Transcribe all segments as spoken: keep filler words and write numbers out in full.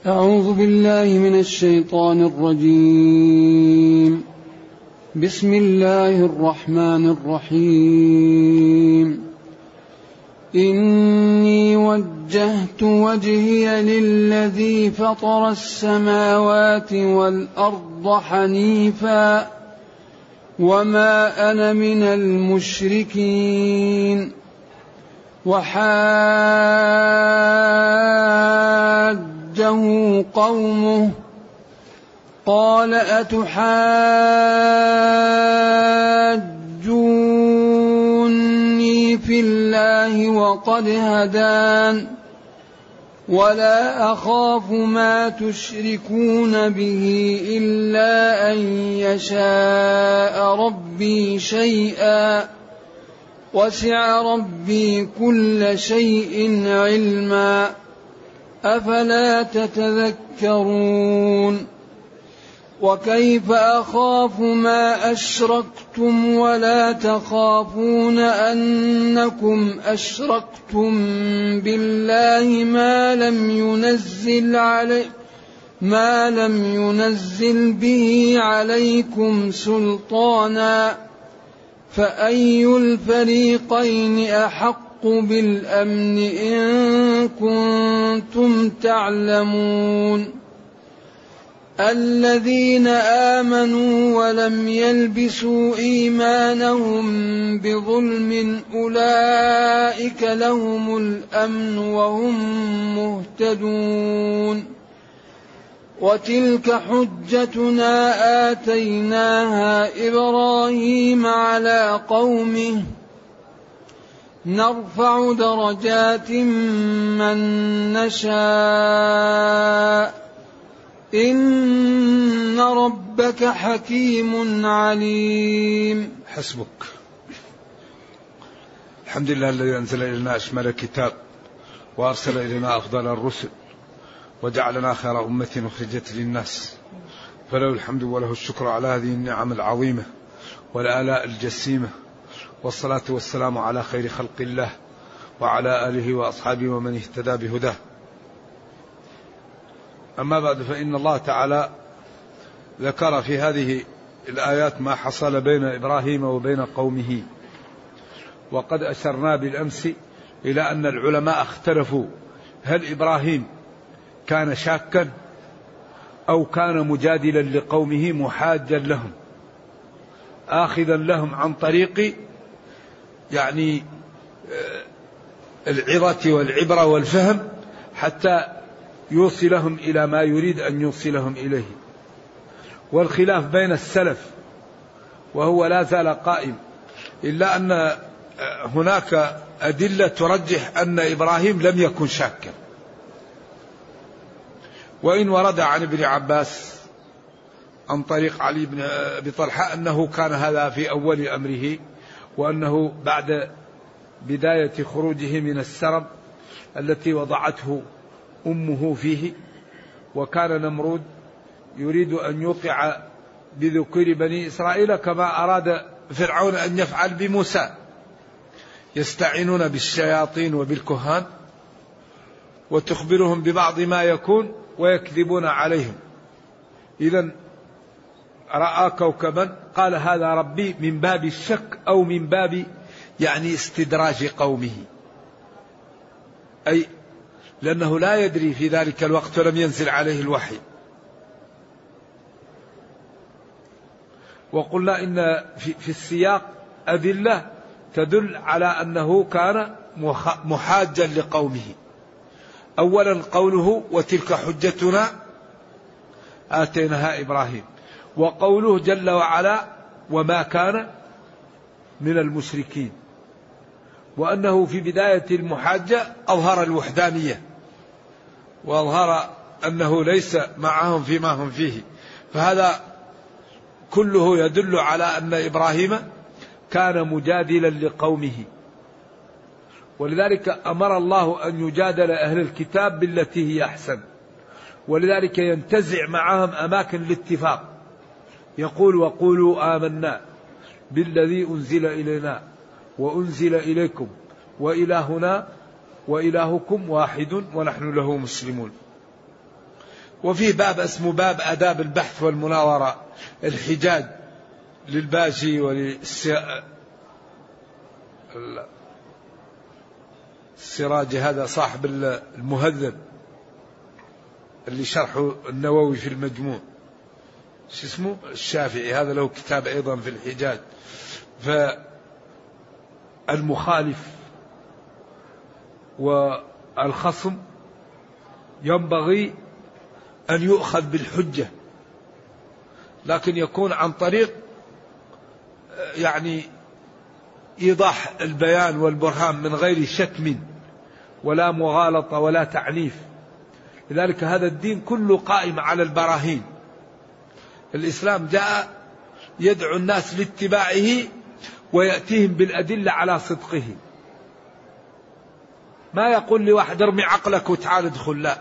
أعوذ بالله من الشيطان الرجيم. بسم الله الرحمن الرحيم. إني وجهت وجهي للذي فطر السماوات والأرض حنيفا وما أنا من المشركين. وحاجه قومه قال أتحاجوني في الله وقد هدان ولا أخاف ما تشركون به إلا أن يشاء ربي شيئا وسع ربي كل شيء علما أفلا تتذكرون. وكيف أخاف ما أشركتم ولا تخافون أنكم أشركتم بالله ما لم ينزل علي ما لم ينزل به عليكم سلطانا فأي الفريقين أحق بالأمن إن كنتم تعلمون. الذين آمنوا ولم يلبسوا إيمانهم بظلم أولئك لهم الأمن وهم مهتدون. وتلك حجتنا آتيناها إبراهيم على قومه نرفع درجات من نشاء إن ربك حكيم عليم. حسبك. الحمد لله الذي أنزل إلينا أشمل كتاب وأرسل إلينا أفضل الرسل وجعلنا خير أمة أخرجت للناس، فله الحمد وله الشكر على هذه النعم العظيمة والآلاء الجسيمة، والصلاة والسلام على خير خلق الله وعلى آله وأصحابه ومن اهتدى بهداه. أما بعد، فإن الله تعالى ذكر في هذه الآيات ما حصل بين إبراهيم وبين قومه، وقد أشرنا بالأمس إلى أن العلماء اختلفوا هل إبراهيم كان شاكا أو كان مجادلا لقومه محاجا لهم آخذا لهم عن طريق يعني العظة والعبرة والفهم حتى يوصلهم إلى ما يريد أن يوصلهم إليه. والخلاف بين السلف وهو لا زال قائم، إلا أن هناك أدلة ترجح أن إبراهيم لم يكن شاكا. وإن ورد عن ابن عباس عن طريق علي بن أبي طلحة أنه كان هذا في أول أمره، وأنه بعد بداية خروجه من السرب التي وضعته أمه فيه، وكان نمرود يريد أن يوقع بذكور بني إسرائيل كما أراد فرعون أن يفعل بموسى، يستعينون بالشياطين وبالكهان وتخبرهم ببعض ما يكون ويكذبون عليهم. إذن رأى كوكبا قال هذا ربي، من باب الشك أو من باب يعني استدراج قومه، أي لأنه لا يدري في ذلك الوقت ولم ينزل عليه الوحي. وقلنا إن في السياق أدلة تدل على أنه كان محاجا لقومه. أولا قوله وتلك حجتنا آتيناها إبراهيم، وقوله جل وعلا وما كان من المشركين، وأنه في بداية المحاجة أظهر الوحدانية وأظهر أنه ليس معهم فيما هم فيه. فهذا كله يدل على أن إبراهيم كان مجادلا لقومه، ولذلك أمر الله أن يجادل أهل الكتاب بالتي هي أحسن، ولذلك ينتزع معهم أماكن الاتفاق، يقول وقولوا آمنا بالذي أنزل إلينا وأنزل إليكم وإلهنا وإلهكم واحد ونحن له مسلمون. وفي باب اسمه باب آداب البحث والمناظرة، الحجاج للباجي والسراج هذا صاحب المهذب اللي شرحه النووي في المجموع، شو اسمه الشافعي، هذا له كتاب أيضا في الحجاج. فالمخالف والخصم ينبغي أن يؤخذ بالحجة، لكن يكون عن طريق يعني إيضاح البيان والبرهان من غير شتم ولا مغالطة ولا تعنيف. لذلك هذا الدين كله قائم على البراهين. الإسلام جاء يدعو الناس لاتباعه ويأتيهم بالأدلة على صدقه، ما يقول لواحد ارمي عقلك وتعال ادخل، لا.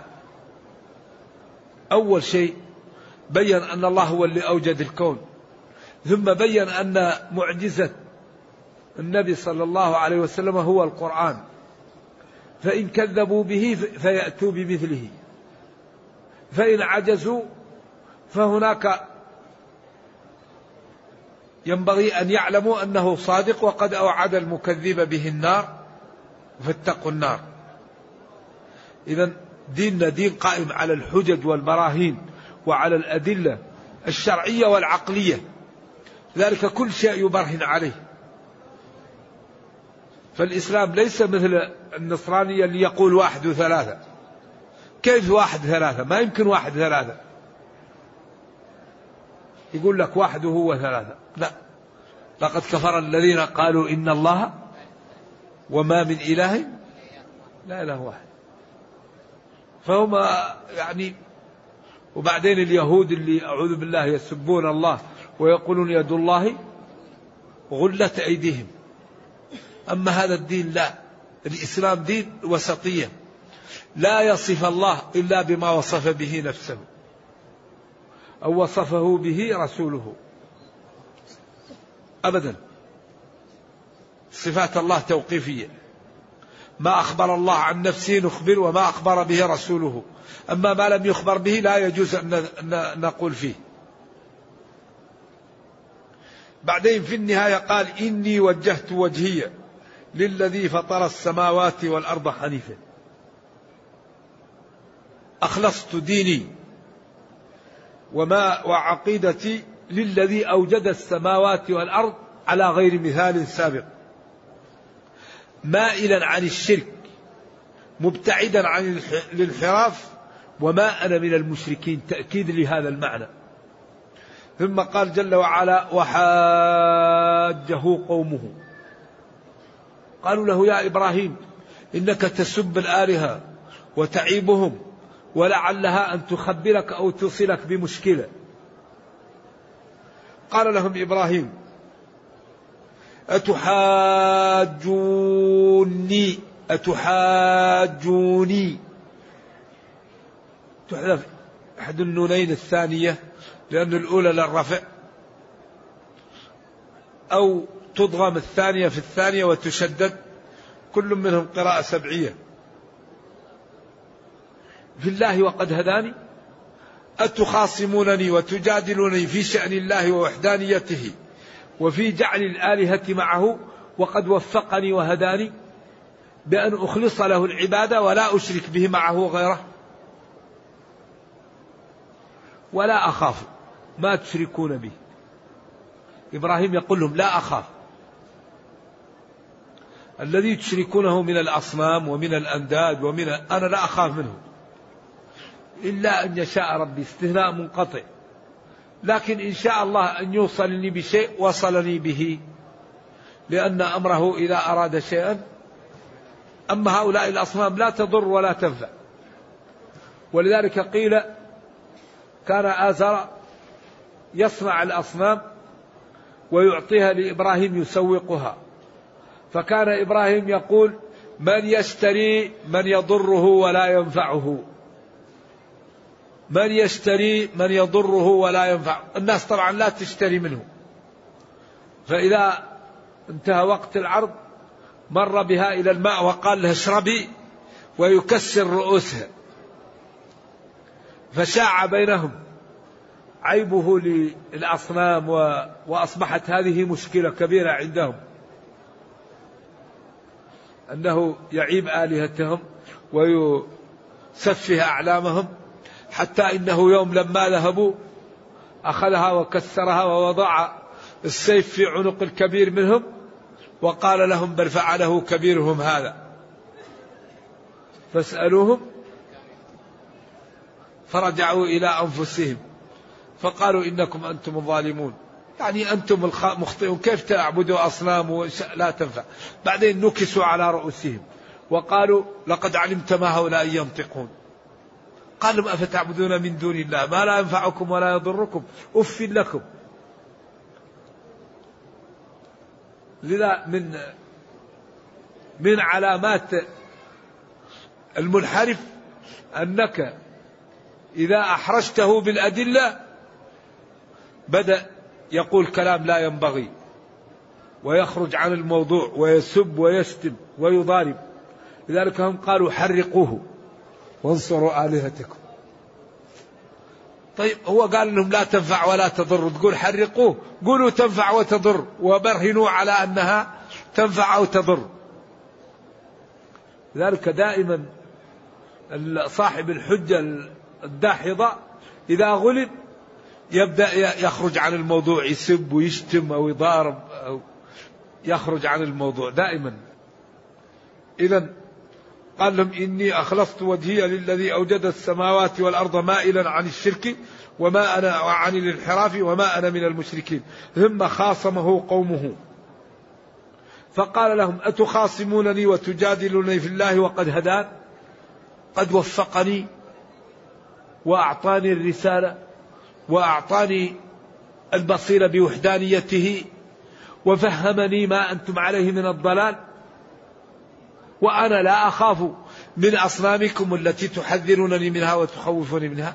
أول شيء بيّن أن الله هو اللي أوجد الكون، ثم بيّن أن معجزة النبي صلى الله عليه وسلم هو القرآن، فإن كذبوا به فيأتوا بمثله، فإن عجزوا فهناك ينبغي أن يعلموا أنه صادق وقد أوعد المكذب به النار فاتقوا النار. إذن ديننا دين قائم على الحجج والبراهين وعلى الأدلة الشرعية والعقلية، ذلك كل شيء يبرهن عليه. فالإسلام ليس مثل النصرانية اللي يقول واحد وثلاثة. كيف واحد ثلاثة؟ ما يمكن واحد ثلاثة، يقول لك واحد وهو ثلاثة، لا. لقد كفر الذين قالوا إن الله وما من إله لا إله واحد. فهم يعني. وبعدين اليهود اللي أعوذ بالله يسبون الله ويقولون يد الله غلت أيديهم. أما هذا الدين لا، الإسلام دين وسطية، لا يصف الله إلا بما وصف به نفسه أو وصفه به رسوله أبدا. صفات الله توقيفية، ما أخبر الله عن نفسه نخبر وما أخبر به رسوله، أما ما لم يخبر به لا يجوز أن نقول فيه. بعدين في النهاية قال إني وجهت وجهي للذي فطر السماوات والأرض حنيفا، أخلصت ديني وما وعقيدتي للذي أوجد السماوات والأرض على غير مثال سابق، مائلا عن الشرك مبتعدا عن الانحراف وما أنا من المشركين، تأكيد لهذا المعنى. ثم قال جل وعلا وحاجه قومه قالوا له يا إبراهيم إنك تسب الآلهة وتعيبهم ولعلها أن تخبرك أو تصلك بمشكلة. قال لهم إبراهيم أتحاجوني أتحاجوني تحذف أحد النونين الثانية لأن الأولى للرفع، أو تضغم الثانية في الثانية وتشدد، كل منهم قراءة سبعية. في الله وقد هداني أتخاصمونني وتجادلونني في شأن الله ووحدانيته وفي جعل الآلهة معه وقد وفقني وهداني بأن أخلص له العبادة ولا أشرك به معه غيره ولا أخاف ما تشركون به. إبراهيم يقول لهم لا أخاف الذي تشركونه من الأصنام ومن الأنداد ومن أنا لا أخاف منه إلا أن يشاء ربي، استثناء منقطع، لكن إن شاء الله أن يوصلني بشيء وصلني به، لأن أمره إذا أراد شيئا. أما هؤلاء الأصنام لا تضر ولا تنفع، ولذلك قيل كان آزر يصنع الأصنام ويعطيها لإبراهيم يسوقها، فكان إبراهيم يقول من يشتري من يضره ولا ينفعه، من يشتري من يضره ولا ينفع. الناس طبعا لا تشتري منه، فإذا انتهى وقت العرض مر بها إلى الماء وقال لها اشربي ويكسر رؤوسها. فشاع بينهم عيبه للأصنام، وأصبحت هذه مشكلة كبيرة عندهم، أنه يعيب آلهتهم ويسفه أعلامهم، حتى إنه يوم لما ذهبوا أخذها وكسرها ووضع السيف في عنق الكبير منهم وقال لهم بل فعله كبيرهم هذا فاسألوهم، فرجعوا إلى أنفسهم فقالوا إنكم أنتم الظالمون، يعني أنتم المخطئون، كيف تعبدوا أصنام لا تنفع. بعدين نكسوا على رؤوسهم وقالوا لقد علمت ما هؤلاء ينطقون، قال لهم أفتعبدون من دون الله ما لا ينفعكم ولا يضركم أف لكم. لذا من من علامات المنحرف أنك إذا أحرجته بالأدلة بدأ يقول كلام لا ينبغي ويخرج عن الموضوع ويسب ويشتم ويضارب. لذلك هم قالوا حرقوه وانصروا آلهتكم. طيب هو قال لهم لا تنفع ولا تضر، تقول حرقوه، قولوا تنفع وتضر وبرهنوا على أنها تنفع أو تضر. لذلك دائما صاحب الحجة الداحضة إذا غلب يبدأ يخرج عن الموضوع، يسب ويشتم أو يضارب أو يخرج عن الموضوع دائما. إذن قال لهم إني أخلصت وجهي للذي أوجد السماوات والأرض مائلا عن الشرك وما أنا عن الانحراف وما أنا من المشركين. ثم خاصمه قومه فقال لهم أتخاصمونني وتجادلونني في الله وقد هدان، قد وفقني وأعطاني الرسالة وأعطاني البصيرة بوحدانيته وفهمني ما أنتم عليه من الضلال، وأنا لا أخاف من أصنامكم التي تحذرونني منها وتخوفوني منها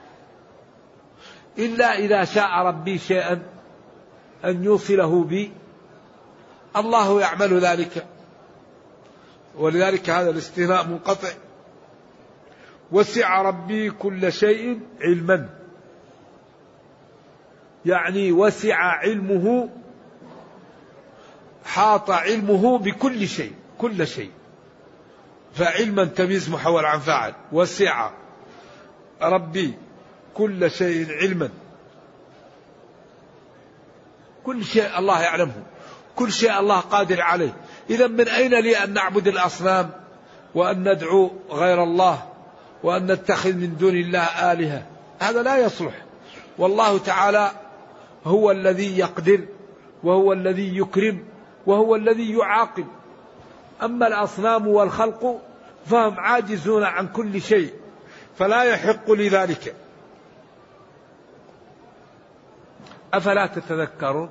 إلا إذا شاء ربي شيئا أن يوصله بي، الله يعمل ذلك. ولذلك هذا الاستثناء منقطع. وسع ربي كل شيء علما، يعني وسع علمه، حاط علمه بكل شيء، كل شيء، فعلما تمييز محول عن فاعل. وسع ربي كل شيء علما، كل شيء الله يعلمه، كل شيء الله قادر عليه. إذا من أين لي أن نعبد الأصنام وأن ندعو غير الله وأن نتخذ من دون الله آلهة؟ هذا لا يصلح. والله تعالى هو الذي يقدر وهو الذي يكرم وهو الذي يعاقب. أما الأصنام والخلق فهم عاجزون عن كل شيء، فلا يحق لذلك. أفلا تتذكرون؟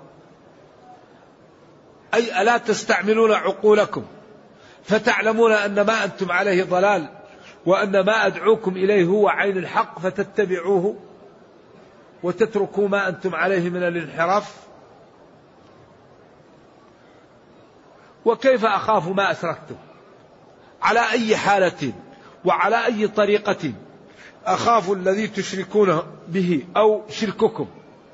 أي ألا تستعملون عقولكم فتعلمون أن ما أنتم عليه ضلال وأن ما أدعوكم إليه هو عين الحق فتتبعوه وتتركوا ما أنتم عليه من الانحراف؟ وكيف أخاف ما أشركتم؟ على أي حالة وعلى أي طريقة أخاف الذي تشركون به أو شرككم؟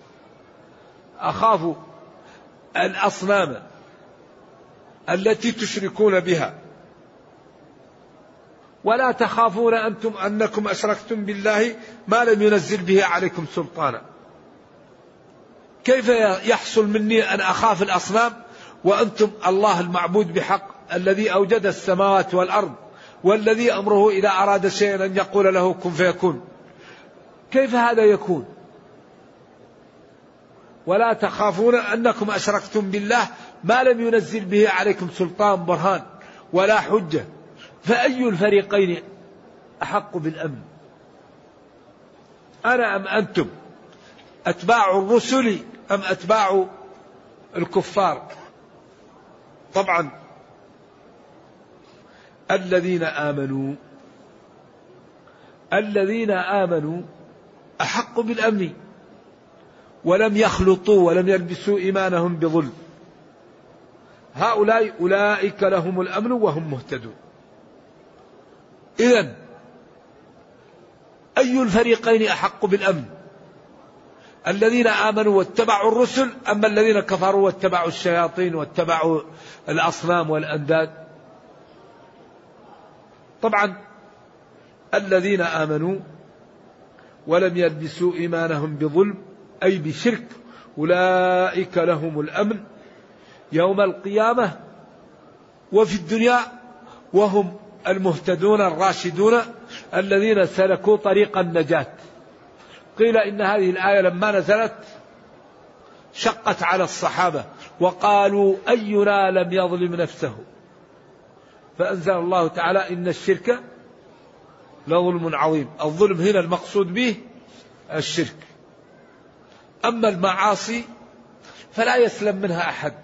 أخاف الأصنام التي تشركون بها ولا تخافون أنتم أنكم أشركتم بالله ما لم ينزل به عليكم سلطانا. كيف يحصل مني أن أخاف الأصنام وأنتم الله المعبود بحق الذي أوجد السماوات والأرض والذي أمره إذا أراد شيئا أن يقول له كن فيكون؟ كيف هذا يكون؟ ولا تخافون أنكم أشركتم بالله ما لم ينزل به عليكم سلطان برهان ولا حجة، فأي الفريقين أحق بالأمن؟ أنا أم أنتم؟ أتباع الرسل أم أتباع الكفار؟ طبعا الذين آمنوا الذين آمنوا أحق بالأمن ولم يخلطوا ولم يلبسوا إيمانهم بظلم، هؤلاء أولئك لهم الأمن وهم مهتدون. إذن أي الفريقين أحق بالأمن؟ الذين آمنوا واتبعوا الرسل أما الذين كفروا واتبعوا الشياطين واتبعوا الأصنام والأنداد؟ طبعا الذين آمنوا ولم يلبسوا إيمانهم بظلم أي بشرك أولئك لهم الأمن يوم القيامة وفي الدنيا وهم المهتدون الراشدون الذين سلكوا طريق النجاة. قيل إن هذه الآية لما نزلت شقت على الصحابة وقالوا أينا لم يظلم نفسه، فأنزل الله تعالى إن الشرك لظلم عظيم. الظلم هنا المقصود به الشرك. أما المعاصي فلا يسلم منها أحد،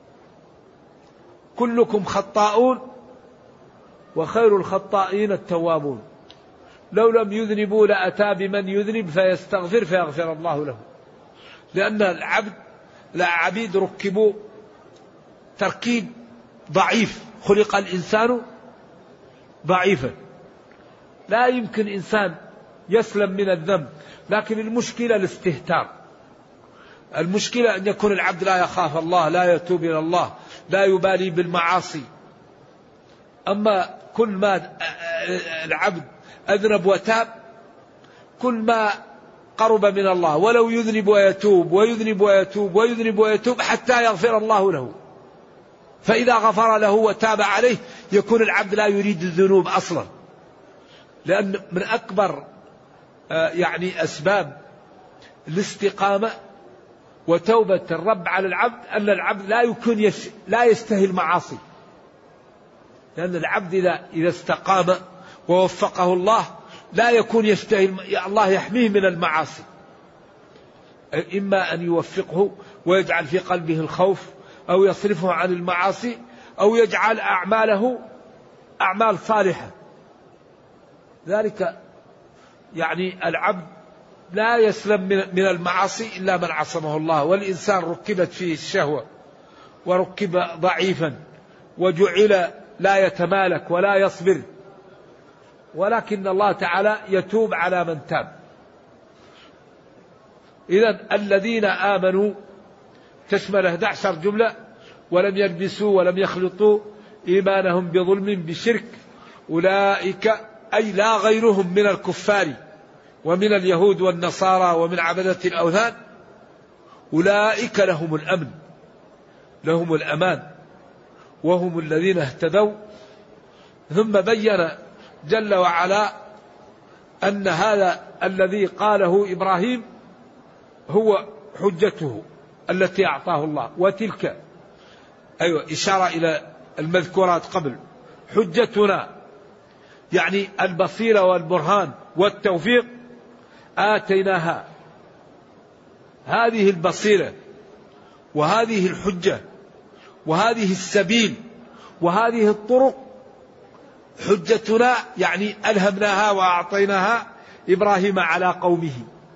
كلكم خطاؤون وخير الخطائين التوابون، لو لم يذنبوا لأتى بمن يذنب فيستغفر فيغفر الله له. لأن العبد لا عبيد ركبوا تركيب ضعيف، خلق الإنسان ضعيفا، لا يمكن إنسان يسلم من الذنب. لكن المشكلة الاستهتار، المشكلة أن يكون العبد لا يخاف الله، لا يتوب إلى الله، لا يبالي بالمعاصي. أما كل ما العبد أذنب وتاب كل ما قرب من الله، ولو يذنب ويتوب ويذنب ويتوب ويذنب ويتوب حتى يغفر الله له. فإذا غفر له وتاب عليه يكون العبد لا يريد الذنوب أصلا. لأن من أكبر يعني أسباب الاستقامة وتوبة الرب على العبد أن العبد لا يكون يش لا يستهي المعاصي. لأن العبد إذا إذا استقام ووفقه الله لا يكون يشتهي، الله يحميه من المعاصي. إما أن يوفقه ويجعل في قلبه الخوف أو يصرفه عن المعاصي أو يجعل أعماله أعمال صالحة. ذلك يعني العبد لا يسلم من المعاصي إلا من عصمه الله. والإنسان ركبت فيه الشهوة وركب ضعيفا وجعل لا يتمالك ولا يصبر، ولكن الله تعالى يتوب على من تاب. إذن الذين آمنوا تشمل أحد عشر جملة، ولم يلبسوا ولم يخلطوا إيمانهم بظلم بشرك أولئك أي لا غيرهم من الكفار ومن اليهود والنصارى ومن عبدة الأوثان، أولئك لهم الأمن، لهم الأمان، وهم الذين اهتدوا. ثم بين جل وعلا أن هذا الذي قاله إبراهيم هو حجته التي أعطاه الله. وتلك أيوة إشارة إلى المذكورات قبل، حجتنا يعني البصيرة والبرهان والتوفيق آتيناها. هذه البصيرة وهذه الحجة وهذه السبيل وهذه الطرق حجتنا يعني ألهمناها وأعطيناها إبراهيم على قومه،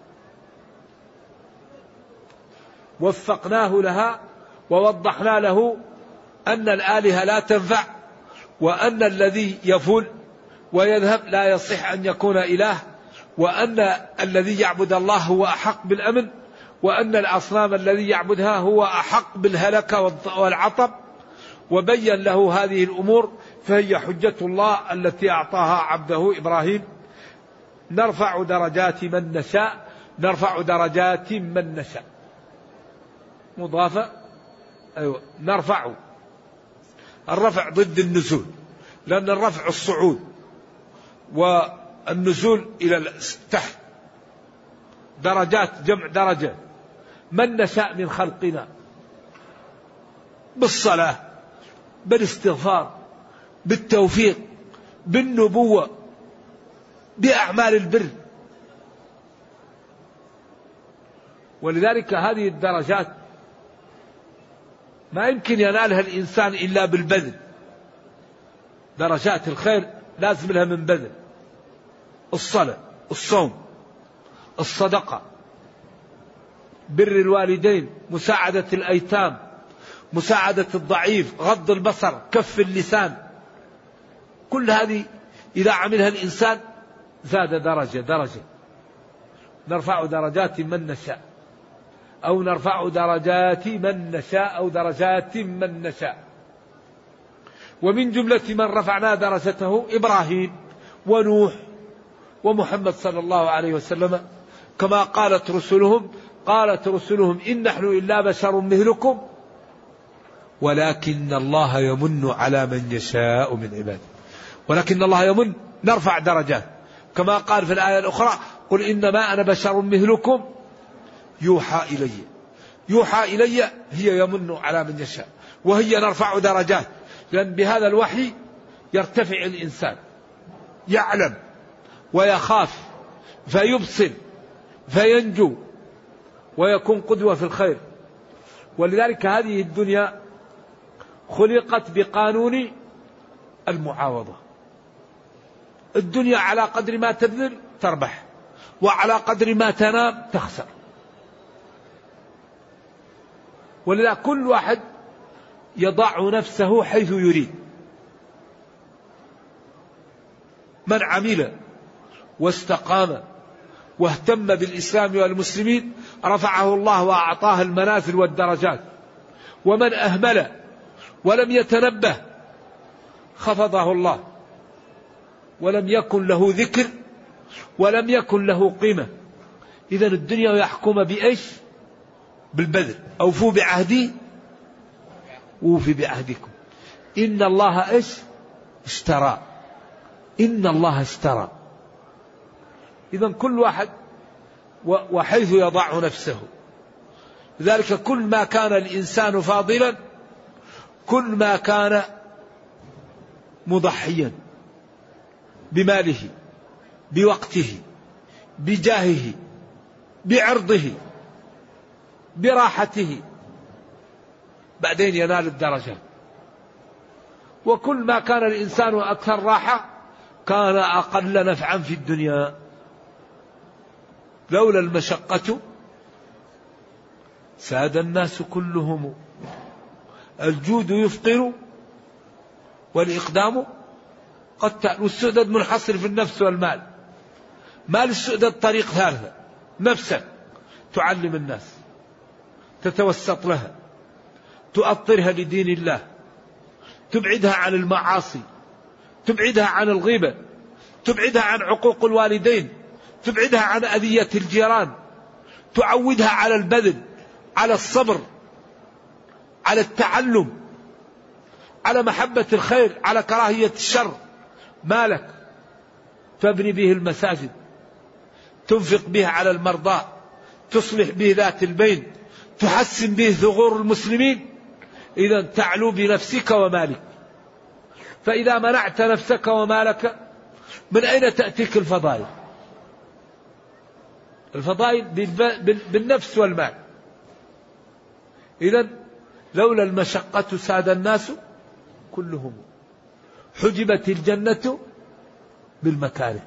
وفقناه لها ووضحنا له أن الآلهة لا تنفع، وأن الذي يفول ويذهب لا يصح أن يكون إله، وأن الذي يعبد الله هو أحق بالأمن، وأن الأصنام الذي يعبدها هو أحق بالهلكة والعطب. وبين له هذه الأمور، فهي حجة الله التي أعطاها عبده إبراهيم. نرفع درجات من نشاء، نرفع درجات من نشاء مضافة. أيوة نرفع، الرفع ضد النزول، لأن الرفع الصعود والنزول إلى تحت. درجات جمع درجة. من نشاء من خلقنا بالصلاة بالاستغفار بالتوفيق بالنبوة بأعمال البر. ولذلك هذه الدرجات ما يمكن ينالها الإنسان إلا بالبذل. درجات الخير لازم لها من بذل، الصلاة، الصوم، الصدقة، بر الوالدين، مساعدة الأيتام، مساعدة الضعيف، غض البصر، كف اللسان. كل هذه إذا عملها الإنسان زاد درجة درجة، نرفع درجات من نشاء، أو نرفع درجات من نشاء، أو درجات من نشاء. ومن جملة من رفعنا درجته إبراهيم ونوح ومحمد صلى الله عليه وسلم، كما قالت رسلهم قالت رسلهم إن نحن إلا بشر مثلكم ولكن الله يمن على من يشاء من عباده. ولكن الله يمن، نرفع درجات، كما قال في الآية الأخرى قل إنما أنا بشر مثلكم يوحى إلي. يوحى إلي هي يمن على من يشاء، وهي نرفع درجات، لأن بهذا الوحي يرتفع الإنسان، يعلم ويخاف فيبصر فينجو ويكون قدوة في الخير. ولذلك هذه الدنيا خلقت بقانون المعاوضة. الدنيا على قدر ما تبذل تربح، وعلى قدر ما تنام تخسر. ولذا كل واحد يضع نفسه حيث يريد. من عمل واستقام واهتم بالإسلام والمسلمين رفعه الله وأعطاه المنازل والدرجات، ومن أهمل ولم يتنبه خفضه الله، ولم يكن له ذكر ولم يكن له قيمة. إذن الدنيا يحكم بإيش؟ بالبذل. أوفوا بعهدي أوفي بعهدكم إن الله إيش؟ اشترى. إن الله اشترى. إذن كل واحد وحيث يضع نفسه. لذلك كل ما كان الإنسان فاضلا كل ما كان مضحيا بماله بوقته بجاهه بعرضه براحته، بعدين ينال الدرجة. وكل ما كان الإنسان أكثر راحة كان أقل نفعا في الدنيا. لولا المشقة ساد الناس كلهم، الجود يفقر والإقدام قد تأل. السؤدد منحصر في النفس والمال. مال السؤدد طريق ثالثة، نفسك تعلم الناس، تتوسط لها، تؤطرها لدين الله، تبعدها عن المعاصي، تبعدها عن الغيبة، تبعدها عن عقوق الوالدين، تبعدها عن أذية الجيران، تعودها على البذل، على الصبر، على التعلم، على محبة الخير، على كراهية الشر. مالك تبني به المساجد، تنفق به على المرضى، تصلح به ذات البين، تحسن به ثغور المسلمين. إذا تعلو بنفسك ومالك. فإذا منعت نفسك ومالك من أين تأتيك الفضائل؟ الفضائل بالنفس والمال. إذا لولا المشقة ساد الناس كلهم، حجبت الجنة بالمكاره.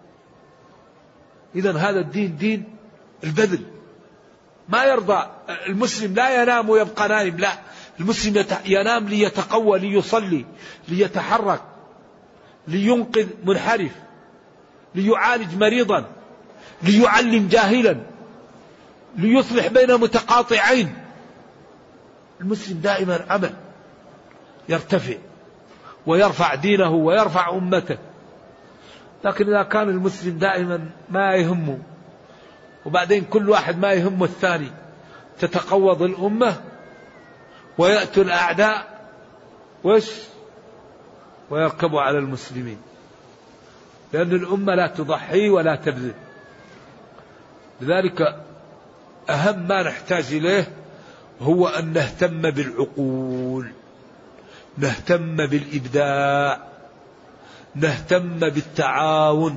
إذا هذا الدين دين البذل. ما يرضى المسلم لا ينام ويبقى نائم، لا، المسلم ينام ليتقوى، ليصلي، ليتحرك، لينقذ منحرف، ليعالج مريضا، ليعلم جاهلا، ليصلح بين متقاطعين. المسلم دائما عمل يرتفع ويرفع دينه ويرفع أمته. لكن إذا كان المسلم دائما ما يهمه، وبعدين كل واحد ما يهمه الثاني، تتقوض الأمة ويأتوا الأعداء وش ويركبوا على المسلمين، لأن الأمة لا تضحي ولا تبذل. لذلك أهم ما نحتاج إليه هو أن نهتم بالعقول، نهتم بالإبداع، نهتم بالتعاون،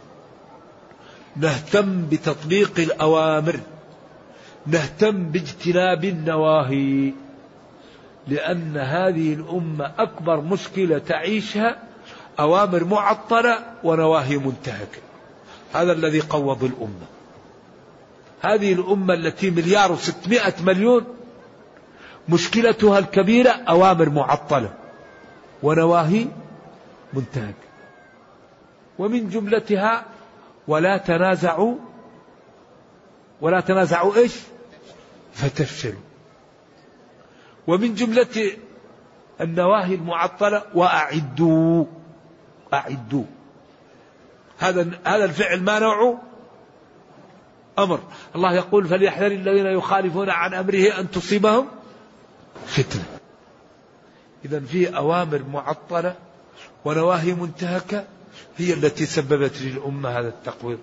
نهتم بتطبيق الأوامر، نهتم باجتناب النواهي. لأن هذه الأمة أكبر مشكلة تعيشها أوامر معطلة ونواهي منتهكة. هذا الذي قوض الأمة. هذه الأمة التي مليار وستمائة مليون مشكلتها الكبيرة أوامر معطلة ونواهي منتهكة. ومن جملتها ولا تنازعوا ولا تنازعوا إيش فتفشلوا. ومن جملة النواهي المعطلة وأعدوا أعدوا، هذا هذا الفعل ما نوعه أمر. الله يقول فليحذر الذين يخالفون عن أمره أن تصيبهم فتنة. إذن في أوامر معطلة ونواهي منتهكة هي التي سببت للأمة هذا التقوير.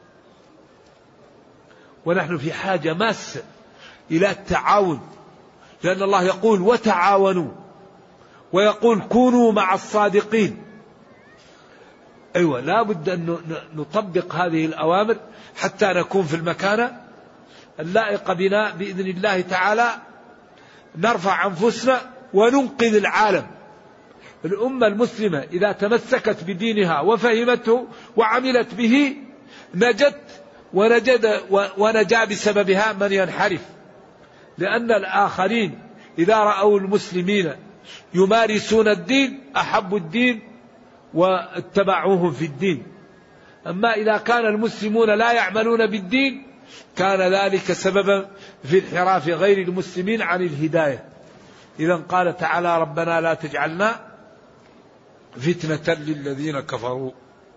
ونحن في حاجة ماسة إلى التعاون، لأن الله يقول وتعاونوا، ويقول كونوا مع الصادقين. أيوة، لا بد أن نطبق هذه الأوامر حتى نكون في المكانة اللائقة بنا بإذن الله تعالى، نرفع أنفسنا وننقذ العالم. الأمة المسلمة إذا تمسكت بدينها وفهمته وعملت به نجت ونجد ونجا بسببها من ينحرف، لأن الآخرين إذا رأوا المسلمين يمارسون الدين أحبوا الدين واتبعوهم في الدين. أما إذا كان المسلمون لا يعملون بالدين كان ذلك سببا في انحراف غير المسلمين عن الهداية. إذن قال تعالى ربنا لا تجعلنا فتنة للذين كفروا.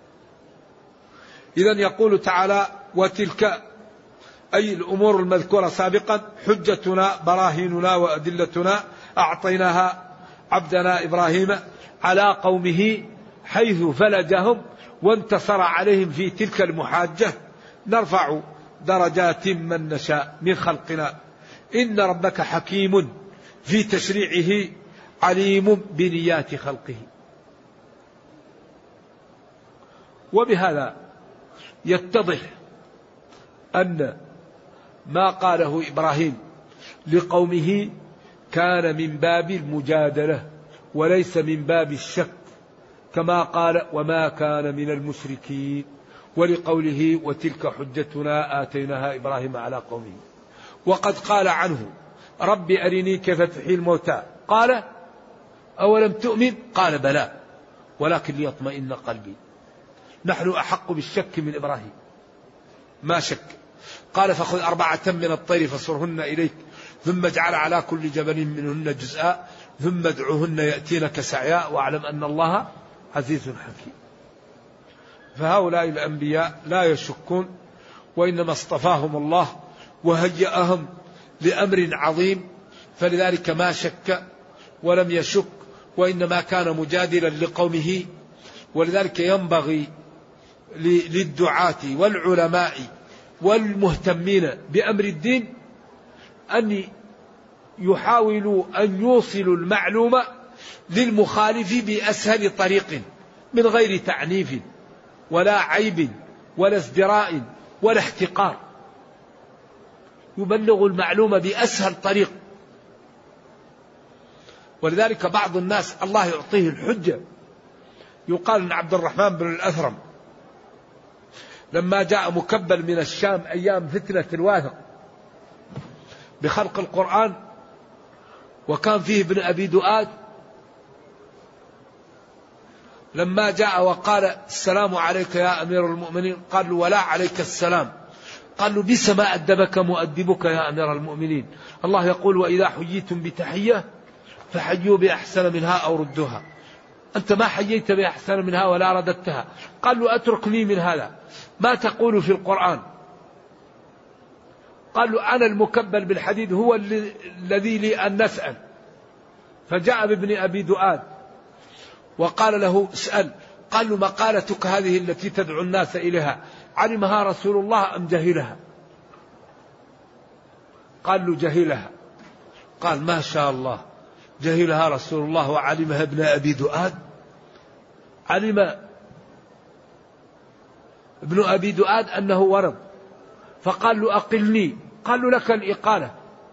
إذن يقول تعالى وتلك أي الأمور المذكورة سابقا حجتنا براهيننا وأدلتنا أعطيناها عبدنا إبراهيم على قومه حيث فلجهم وانتصر عليهم في تلك المحاجة، نرفع درجات من نشاء من خلقنا إن ربك حكيم في تشريعه عليم بنيات خلقه. وبهذا يتضح أن ما قاله إبراهيم لقومه كان من باب المجادلة وليس من باب الشك، كما قال وما كان من المشركين، ولقوله وتلك حجتنا آتيناها إبراهيم على قومه. وقد قال عنه رب أرني كيف تحيي الموتى، قال أولم تؤمن، قال بلى ولكن ليطمئن قلبي. نحن أحق بالشك من إبراهيم، ما شك. قال فخذ أربعة من الطير فصرهن إليك ثم اجعل على كل جبل منهن جزءا ثم ادعوهن يأتينك سعيا واعلم أن الله عزيز حكيم. فهؤلاء الأنبياء لا يشكون، وإنما اصطفاهم الله وهيأهم لأمر عظيم، فلذلك ما شك ولم يشك، وإنما كان مجادلا لقومه. ولذلك ينبغي للدعاة والعلماء والمهتمين بأمر الدين أن يحاولوا أن يوصلوا المعلومة للمخالف بأسهل طريق من غير تعنيف ولا عيب ولا ازدراء ولا احتقار، يبلغ المعلومة بأسهل طريق. ولذلك بعض الناس الله يعطيه الحجة. يقال أن عبد الرحمن بن الأثرم لما جاء مكبل من الشام أيام فتنة الواثق بخلق القرآن، وكان فيه ابن أبي دؤاد، لما جاء وقال السلام عليك يا أمير المؤمنين، قال له ولا عليك السلام، قال له بئس ما أدبك مؤدبك يا أمير المؤمنين، الله يقول وإذا حييتم بتحية فحيوا بأحسن منها أو ردوها، أنت ما حييت بأحسن منها ولا رددتها. قال له أتركني من هذا، ما تقول في القرآن؟ قال له أنا المكبل بالحديد هو الذي لي أن نسأل. فجاء بابن أبي دؤاد وقال له اسأل. قال له مقالتك هذه التي تدعو الناس إليها علمها رسول الله أم جهلها؟ قال له جهلها. قال ما شاء الله، جهلها رسول الله وعلمها ابن أبي دؤاد. علم ابن أبي دؤاد أنه ورد، فقال له أقلني، قال له لك الإقالة،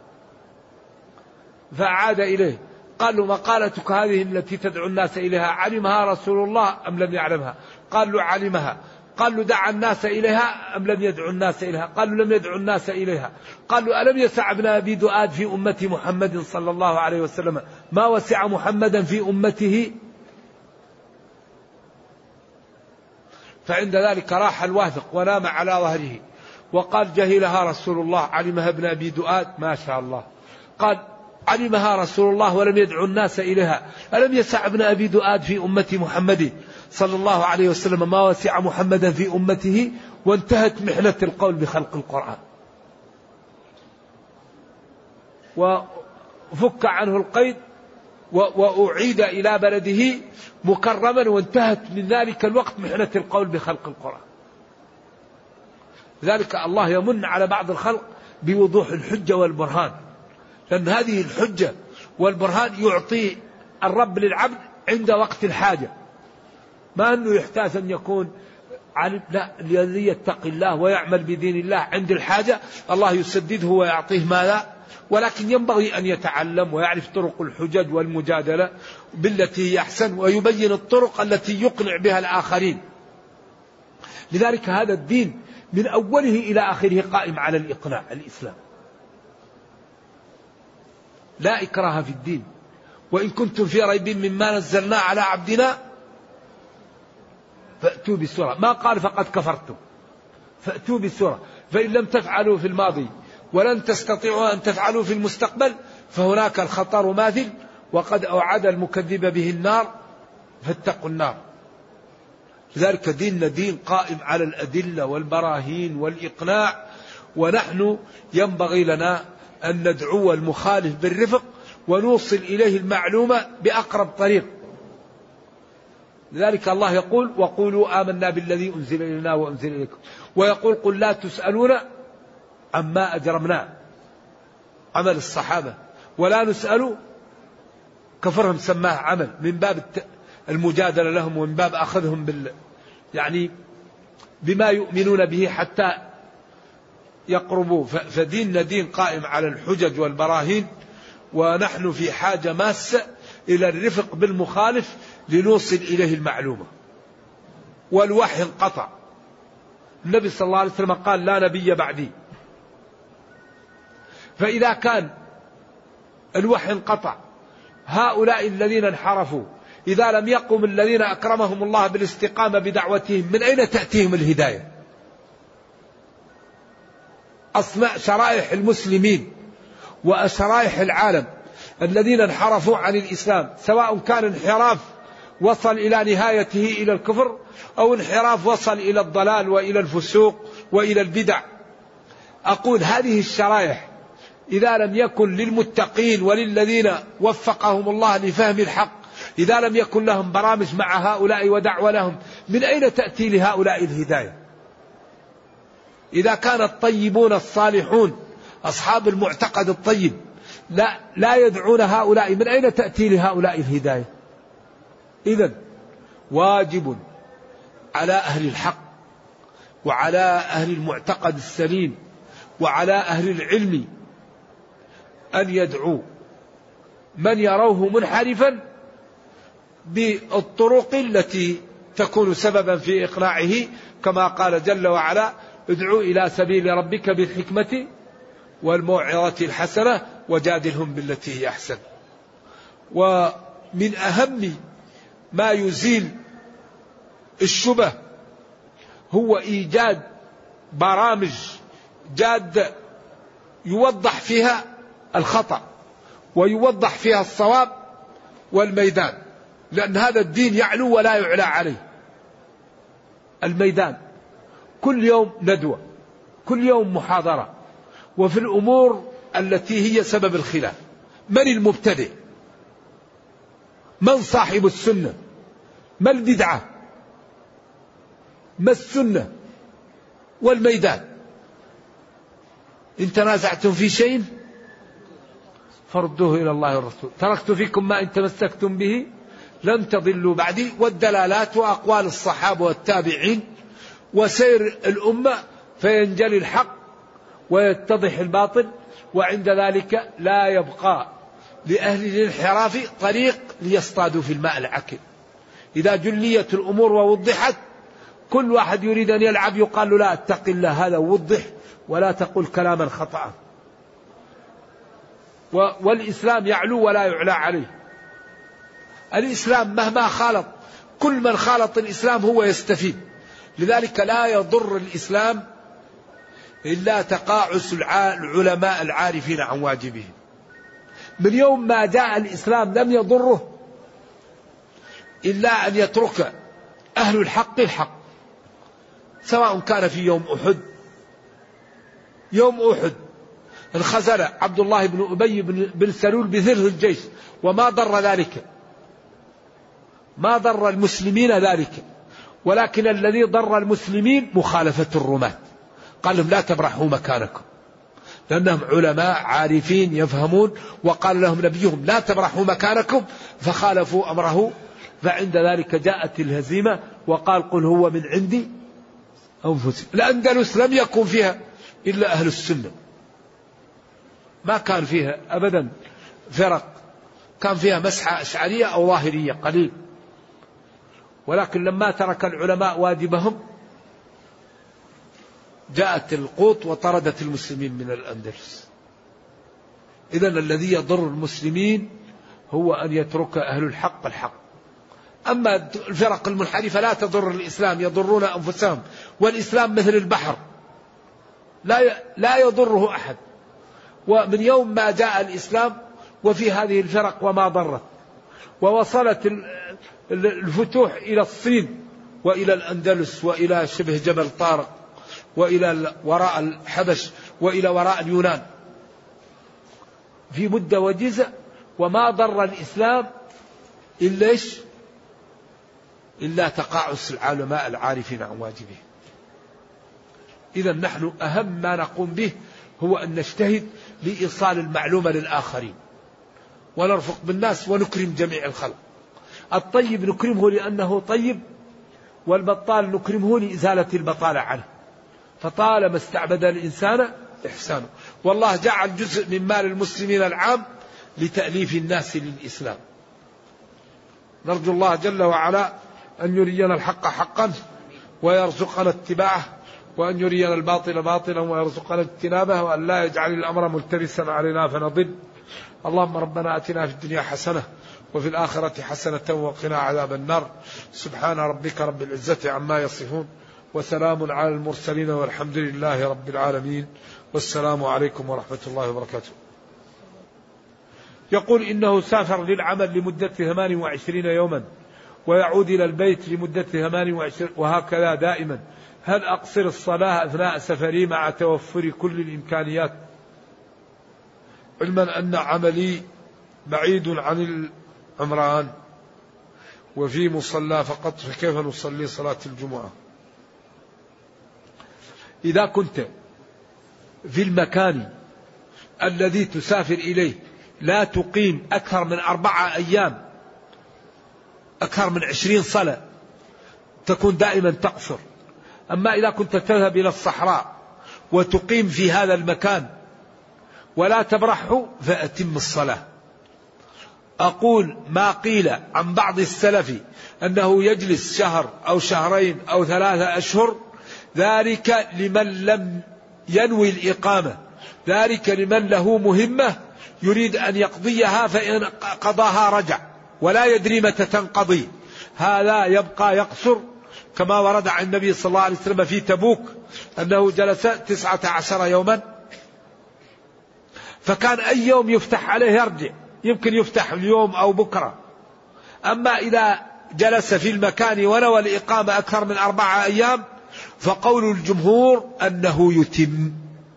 فأعاد إليه قال له مقالتك هذه التي تدعو الناس إليها علمها رسول الله أم لم يعلمها؟ قال له علمها. قال له دعا الناس إليها أم لم يدعو الناس إليها؟ قال له لم يدعو الناس إليها. قال له ألم يسع ابن أبي دؤاد في أمة محمد صلى الله عليه وسلم ما وسع محمدا في أمته؟ فعند ذلك راح الواثق ونام على ظهره وقال جهلها رسول الله علمها ابن أبي دؤاد. ما شاء الله. قال علمها رسول الله ولم يدعو الناس إليها. ألم يسع ابن أبي دؤاد في أمة محمد صلى الله عليه وسلم ما وسع محمدا في أمته، وانتهت محنة القول بخلق القرآن وفك عنه القيد وأعيد إلى بلده مكرما، وانتهت من ذلك الوقت محنة القول بخلق القرآن. لذلك الله يمن على بعض الخلق بوضوح الحجة والبرهان، لأن هذه الحجة والبرهان يعطي الرب للعبد عند وقت الحاجة، ما أنه يحتاج أن يكون علم، لا، الذي يتقي الله ويعمل بدين الله عند الحاجة الله يسدده ويعطيه ماذا. ولكن ينبغي أن يتعلم ويعرف طرق الحجج والمجادلة بالتي هي أحسن، ويبين الطرق التي يقنع بها الآخرين. لذلك هذا الدين من أوله إلى آخره قائم على الإقناع. الإسلام لا إكراه في الدين، وإن كنتم في ريب مما نزلنا على عبدنا فأتوا بسورة. ما قال فقد كفرتم، فأتوا بسورة. فإن لم تفعلوا في الماضي ولن تستطيعوا أن تفعلوا في المستقبل فهناك الخطر ماثل، وقد أوعد المكذب به النار فاتقوا النار. لذلك ديننا دين قائم على الأدلة والبراهين والإقناع، ونحن ينبغي لنا أن ندعو المخالف بالرفق ونوصل إليه المعلومة بأقرب طريق. لذلك الله يقول وقولوا آمنا بالذي أنزل إلينا وأنزل إليكم، ويقول قل لا تسألون عما أجرمنا، عمل الصحابة، ولا نسأل كفرهم سماه عمل، من باب المجادلة لهم ومن باب أخذهم بال يعني بما يؤمنون به حتى يقربوا. فديننا دين قائم على الحجج والبراهين، ونحن في حاجة ماسة إلى الرفق بالمخالف لنوصل إليه المعلومة. والوحي انقطع. النبي صلى الله عليه وسلم قال لا نبي بعدي. فإذا كان الوحي انقطع، هؤلاء الذين انحرفوا إذا لم يقم الذين أكرمهم الله بالاستقامة بدعوتهم من أين تأتيهم الهداية؟ أصنع شرائح المسلمين وشرائح العالم الذين انحرفوا عن الإسلام، سواء كان انحراف وصل إلى نهايته إلى الكفر أو انحراف وصل إلى الضلال وإلى الفسوق وإلى البدع. أقول هذه الشرائح إذا لم يكن للمتقين وللذين وفقهم الله لفهم الحق، إذا لم يكن لهم برامج مع هؤلاء ودعوة لهم، من أين تأتي لهؤلاء الهداية؟ إذا كان الطيبون الصالحون أصحاب المعتقد الطيب لا, لا يدعون هؤلاء، من أين تأتي لهؤلاء الهداية؟ إذن واجب على أهل الحق وعلى أهل المعتقد السليم وعلى أهل العلم أن يدعوا من يروه منحرفا بالطرق التي تكون سببا في إقناعه، كما قال جل وعلا ادعوا إلى سبيل ربك بالحكمة والموعظة الحسنة وجادلهم بالتي هي أحسن. ومن أهم ما يزيل الشبه هو إيجاد برامج جادة يوضح فيها الخطأ ويوضح فيها الصواب والميدان، لأن هذا الدين يعلو ولا يعلى عليه. الميدان كل يوم ندوة، كل يوم محاضرة، وفي الأمور التي هي سبب الخلاف. من المبتدئ؟ من صاحب السنة؟ ما البدعة؟ ما السنة؟ والميدان. إن تنازعتم في شيء فردوه إلى الله والرسول، تركت فيكم ما إن تمسكتم به لن تضلوا بعدي. والدلالات وأقوال الصحابة والتابعين وسير الأمة، فينجلي الحق ويتضح الباطل، وعند ذلك لا يبقى لأهل الانحراف طريق ليصطادوا في الماء العكر. إذا جليت الأمور ووضحت، كل واحد يريد أن يلعب يقال له لا اتق الله، هذا وضح ولا تقل كلاما خطأ. والإسلام يعلو ولا يعلى عليه. الإسلام مهما خالط، كل من خالط الإسلام هو يستفيد، لذلك لا يضر الإسلام إلا تقاعس العلماء العارفين عن واجبهم. من يوم ما جاء الإسلام لم يضره إلا أن يترك أهل الحق الحق، سواء كان في يوم أحد. يوم أحد انخزل عبد الله بن أبي بن سلول بثلث الجيش، وما ضر ذلك، ما ضر المسلمين ذلك، ولكن الذي ضر المسلمين مخالفة الرماة. قال لهم لا تبرحوا مكانكم، لأنهم علماء عارفين يفهمون، وقال لهم نبيهم لا تبرحوا مكانكم، فخالفوا أمره، فعند ذلك جاءت الهزيمة، وقال قل هو من عندي أنفسهم. الأندلس لم يكن فيها إلا أهل السنة، ما كان فيها أبدا فرق، كان فيها مسحة أشعرية أو ظاهرية قليل. ولكن لما ترك العلماء واجبهم جاءت القوط وطردت المسلمين من الأندلس. إذن الذي يضر المسلمين هو أن يترك أهل الحق الحق. أما الفرق المنحرفة لا تضر الإسلام، يضرون أنفسهم، والإسلام مثل البحر لا لا يضره أحد. ومن يوم ما جاء الإسلام وفي هذه الفرق وما ضرت، ووصلت الفتوح إلى الصين وإلى الأندلس وإلى شبه جبل طارق وإلى وراء الحبش وإلى وراء اليونان في مدة وجيزة، وما ضر الإسلام إلا إيش؟ إلا تقاعس العلماء العارفين عن واجبه. إذا نحن أهم ما نقوم به هو أن نجتهد لإيصال المعلومة للآخرين، ونرفق بالناس ونكرم جميع الخلق. الطيب نكرمه لأنه طيب، والبطال نكرمه لإزالة البطالة عنه، فطالما استعبد الإنسان إحسانه. والله جعل جزء من مال المسلمين العام لتأليف الناس للإسلام. نرجو الله جل وعلا أن يرينا الحق حقا ويرزقنا اتباعه، وأن يرينا الباطل باطلا ويرزقنا اجتنابه، وأن لا يجعل الأمر ملتبسا علينا فنضل. اللهم ربنا أتنا في الدنيا حسنة وفي الآخرة حسنة وقنا عذاب النار. سبحان ربك رب العزة عما يصفون، وسلام على المرسلين، والحمد لله رب العالمين، والسلام عليكم ورحمة الله وبركاته. يقول إنه سافر للعمل لمدة ثمان وعشرين يوما، ويعود إلى البيت لمدة ثمان وعشرين، وهكذا دائما. هل أقصر الصلاة أثناء سفري مع توفر كل الإمكانيات؟ علما أن عملي بعيد عن العمران وفي مصلى فقط، فكيف نصلي صلاة الجمعة؟ إذا كنت في المكان الذي تسافر إليه لا تقيم أكثر من أربعة أيام، أكثر من عشرين صلاة، تكون دائما تقصر. أما إذا كنت تذهب إلى الصحراء وتقيم في هذا المكان ولا تبرحه فأتم الصلاة. أقول ما قيل عن بعض السلف أنه يجلس شهر أو شهرين أو ثلاثة أشهر، ذلك لمن لم ينوي الإقامة، ذلك لمن له مهمة يريد أن يقضيها، فإن قضاها رجع ولا يدري متى تنقضي، هذا يبقى يقصر، كما ورد عن النبي صلى الله عليه وسلم في تبوك أنه جلس تسعة عشر يوما، فكان أي يوم يفتح عليه يرجع، يمكن يفتح اليوم أو بكرة. أما إذا جلس في المكان ونوى الإقامة أكثر من أربعة أيام فقول الجمهور أنه يتم.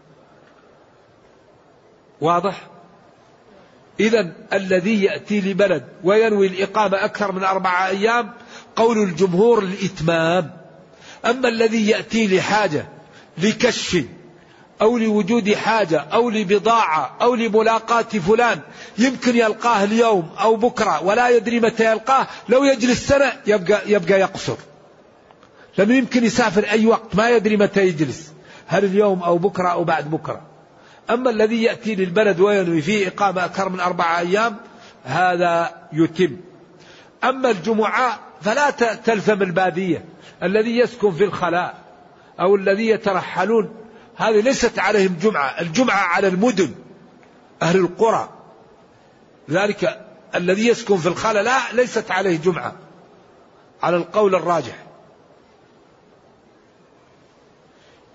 واضح؟ إذن الذي يأتي لبلد وينوي الإقامة أكثر من أربعة أيام قول الجمهور الإتمام. أما الذي يأتي لحاجة، لكشف أو لوجود حاجة أو لبضاعة أو لملاقاة فلان، يمكن يلقاه اليوم أو بكرة ولا يدري متى يلقاه، لو يجلس سنة يبقى, يبقى يقصر، لأنه يمكن يسافر أي وقت ما يدري متى يجلس، هل اليوم أو بكرة أو بعد بكرة. أما الذي يأتي للبلد وينوي فيه إقامة أكثر من أربعة أيام هذا يتم. أما الجمعة فلا تلزم البادية، الذي يسكن في الخلاء أو الذي يترحلون هذه ليست عليهم جمعة، الجمعة على المدن أهل القرى، ذلك الذي يسكن في الخلاء لا ليست عليه جمعة على القول الراجح.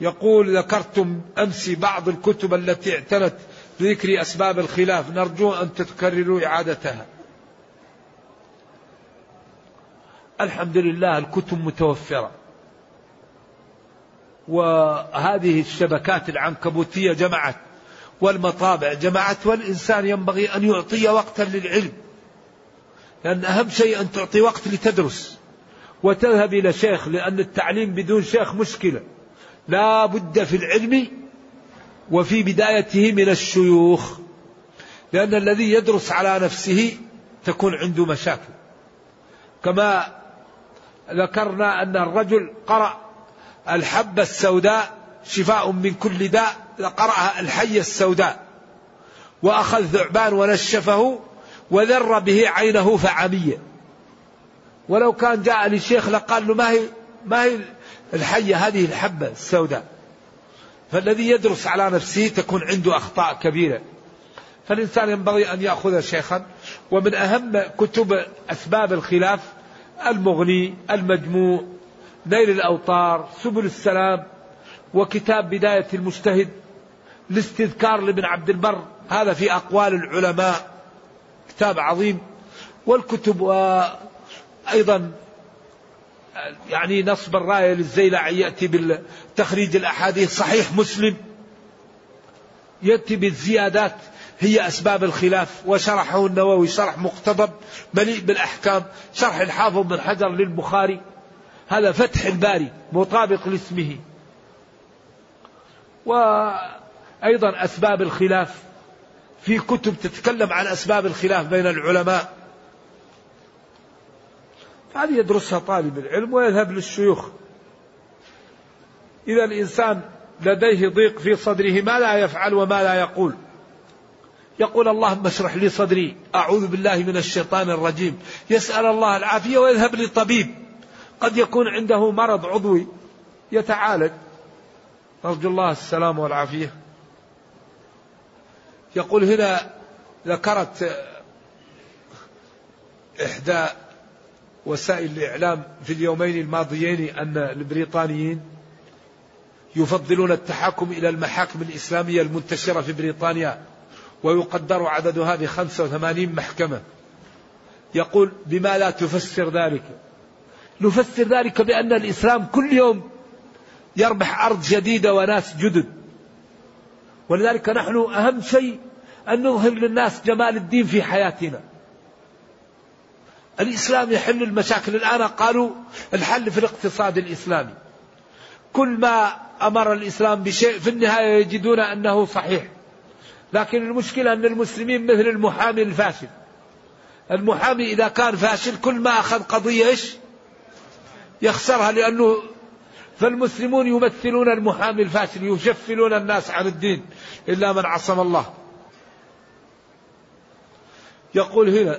يقول ذكرتم أمس بعض الكتب التي اعتنت بذكر أسباب الخلاف، نرجو أن تكرروا إعادتها. الحمد لله الكتب متوفرة، وهذه الشبكات العنكبوتية جمعت، والمطابع جمعت، والإنسان ينبغي أن يعطي وقتا للعلم، لأن أهم شيء أن تعطي وقت لتدرس وتذهب إلى شيخ، لأن التعليم بدون شيخ مشكلة. لا بد في العلم وفي بدايته من الشيوخ، لأن الذي يدرس على نفسه تكون عنده مشاكل. كما ذكرنا أن الرجل قرأ الحبة السوداء شفاء من كل داء، قرأها الحية السوداء، وأخذ ثعبان ونشفه وذر به عينه فعمية، ولو كان جاء للشيخ لقال له ما هي ما هي الحية، هذه الحبة السوداء. فالذي يدرس على نفسه تكون عنده أخطاء كبيرة، فالإنسان ينبغي أن يأخذ شيخا. ومن أهم كتب أسباب الخلاف المغني، المجموع، نيل الأوطار، سبل السلام، وكتاب بداية المجتهد، الاستذكار لابن عبد البر، هذا في أقوال العلماء، كتاب عظيم. والكتب وأيضا يعني نصب الراية للزيلعي يأتي بالتخريج الأحاديث، صحيح مسلم يأتي بالزيادات هي أسباب الخلاف، وشرحه النووي شرح مقتضب مليء بالأحكام، شرح الحافظ بن حجر للبخاري هذا فتح الباري مطابق لاسمه. وأيضا أسباب الخلاف في كتب تتكلم عن أسباب الخلاف بين العلماء، هذه يدرسها طالب العلم ويذهب للشيوخ. إذا الإنسان لديه ضيق في صدره ما لا يفعل وما لا يقول، يقول اللهم اشرح لي صدري، أعوذ بالله من الشيطان الرجيم، يسأل الله العافية ويذهب لطبيب قد يكون عنده مرض عضوي يتعالج، نرجو الله السلام والعافية. يقول هنا ذكرت إحدى وسائل الإعلام في اليومين الماضيين أن البريطانيين يفضلون التحاكم إلى المحاكم الإسلامية المنتشرة في بريطانيا، ويقدر عددها بخمسة وثمانين محكمة. يقول بما لا تفسر ذلك؟ نفسر ذلك بأن الإسلام كل يوم يربح أرض جديدة وناس جدد، ولذلك نحن أهم شيء أن نظهر للناس جمال الدين في حياتنا. الإسلام يحل المشاكل. الآن قالوا الحل في الاقتصاد الإسلامي، كل ما أمر الإسلام بشيء في النهاية يجدون أنه صحيح، لكن المشكلة أن المسلمين مثل المحامي الفاشل. المحامي إذا كان فاشل كل ما أخذ قضية إيش يخسرها، لأنه فالمسلمون يمثلون المحامي الفاشل، يشفلون الناس عن الدين إلا من عصم الله. يقول هنا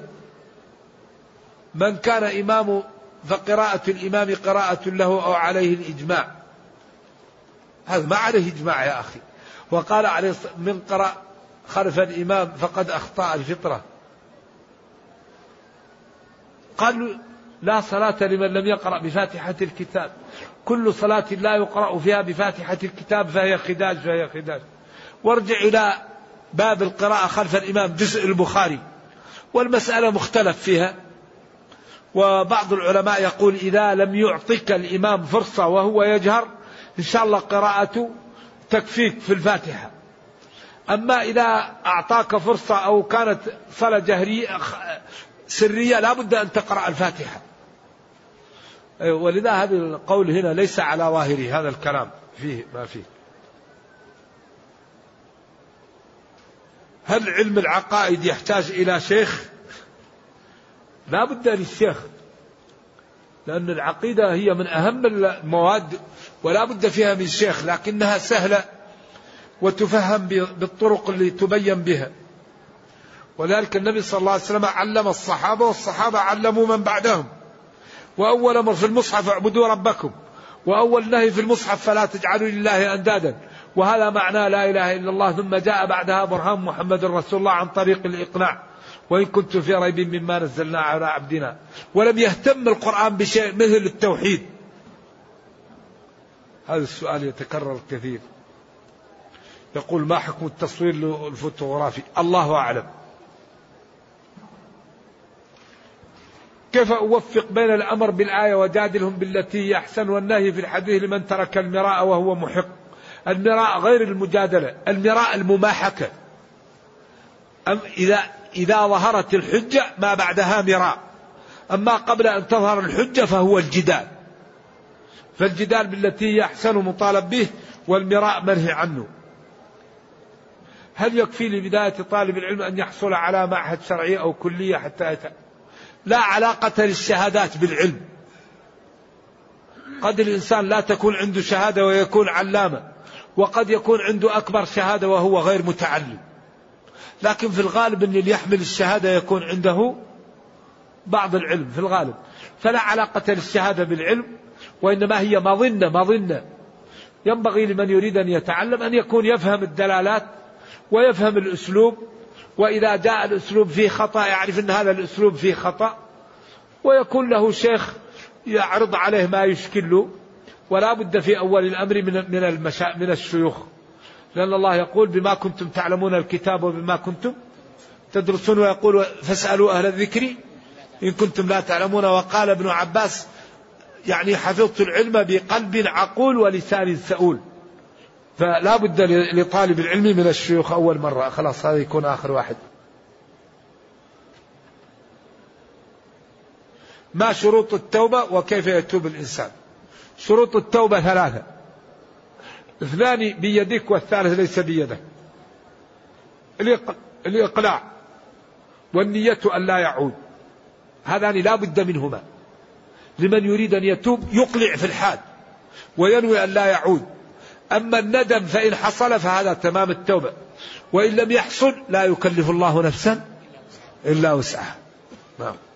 من كان إمام فقراءة الإمام قراءة له أو عليه الإجماع، هذا ما عليه إجماع يا أخي. وقال عليه من قرأ خلف الإمام فقد أخطأ الفطرة. قالوا لا صلاة لمن لم يقرأ بفاتحة الكتاب، كل صلاة لا يقرأ فيها بفاتحة الكتاب فهي خداج فهي خداج. وارجع إلى باب القراءة خلف الإمام جزء البخاري، والمسألة مختلف فيها. وبعض العلماء يقول إذا لم يعطيك الإمام فرصة وهو يجهر إن شاء الله قراءته تكفيك في الفاتحة، أما إذا أعطاك فرصة أو كانت صلاة جهرية سرية لا بد أن تقرأ الفاتحة. ولذا هذا القول هنا ليس على ظاهره، هذا الكلام فيه ما فيه. هل علم العقائد يحتاج إلى شيخ؟ لا بد للشيخ، لأن العقيدة هي من أهم المواد ولا بد فيها من شيخ، لكنها سهلة وتفهم بالطرق اللي تبين بها. ولذلك النبي صلى الله عليه وسلم علم الصحابة والصحابة علموا من بعدهم. وأول أمر في المصحف اعبدوا ربكم، وأول نهي في المصحف فلا تجعلوا لله أندادا، وهذا معنى لا إله إلا الله. ثم جاء بعدها برهان محمد رسول الله عن طريق الإقناع، وإن كنت في ريب مما نزلنا على عبدنا. ولم يهتم القرآن بشيء مثل التوحيد. هذا السؤال يتكرر كثير. يقول ما حكم التصوير الفوتوغرافي؟ الله أعلم. كيف أوفق بين الأمر بالآية وجادلهم بالتي هي أحسن والنهي في الحديث لمن ترك المراء وهو محق؟ المراء غير المجادلة، المراء المماحكة. أم إذا إذا ظهرت الحجة ما بعدها مراء، أما قبل أن تظهر الحجة فهو الجدال. فالجدال بالتي هي أحسن مطالب به، والمراء منهي عنه. هل يكفي لبداية طالب العلم أن يحصل على معهد شرعي أو كلية حتى يتعلم؟ لا علاقة للشهادات بالعلم. قد الإنسان لا تكون عنده شهادة ويكون علامة، وقد يكون عنده أكبر شهادة وهو غير متعلم. لكن في الغالب أن اللي يحمل الشهادة يكون عنده بعض العلم في الغالب. فلا علاقة للشهادة بالعلم، وإنما هي مظنة مظنة. ينبغي لمن يريد أن يتعلم أن يكون يفهم الدلالات ويفهم الأسلوب، وإذا جاء الأسلوب فيه خطأ يعرف أن هذا الأسلوب فيه خطأ، ويكون له شيخ يعرض عليه ما يشكله. ولا بد في أول الأمر من من المشا من الشيوخ، لأن الله يقول بما كنتم تعلمون الكتاب وبما كنتم تدرسون، ويقول فاسألوا أهل الذكر إن كنتم لا تعلمون. وقال ابن عباس يعني حفظت العلم بقلب عقول ولسان سؤول. فلا بد لطالب العلم من الشيوخ أول مرة. خلاص هذا يكون آخر واحد. ما شروط التوبة وكيف يتوب الإنسان؟ شروط التوبة ثلاثة: اثنان بيدك والثالث ليس بيدك. الإقلاع والنية أن لا يعود، هذان لا بد منهما. لمن يريد أن يتوب يقلع في الحال وينوي أن لا يعود. أما الندم فإن حصل فهذا تمام التوبة، وإن لم يحصل لا يكلف الله نفسا إلا وسعها. نعم.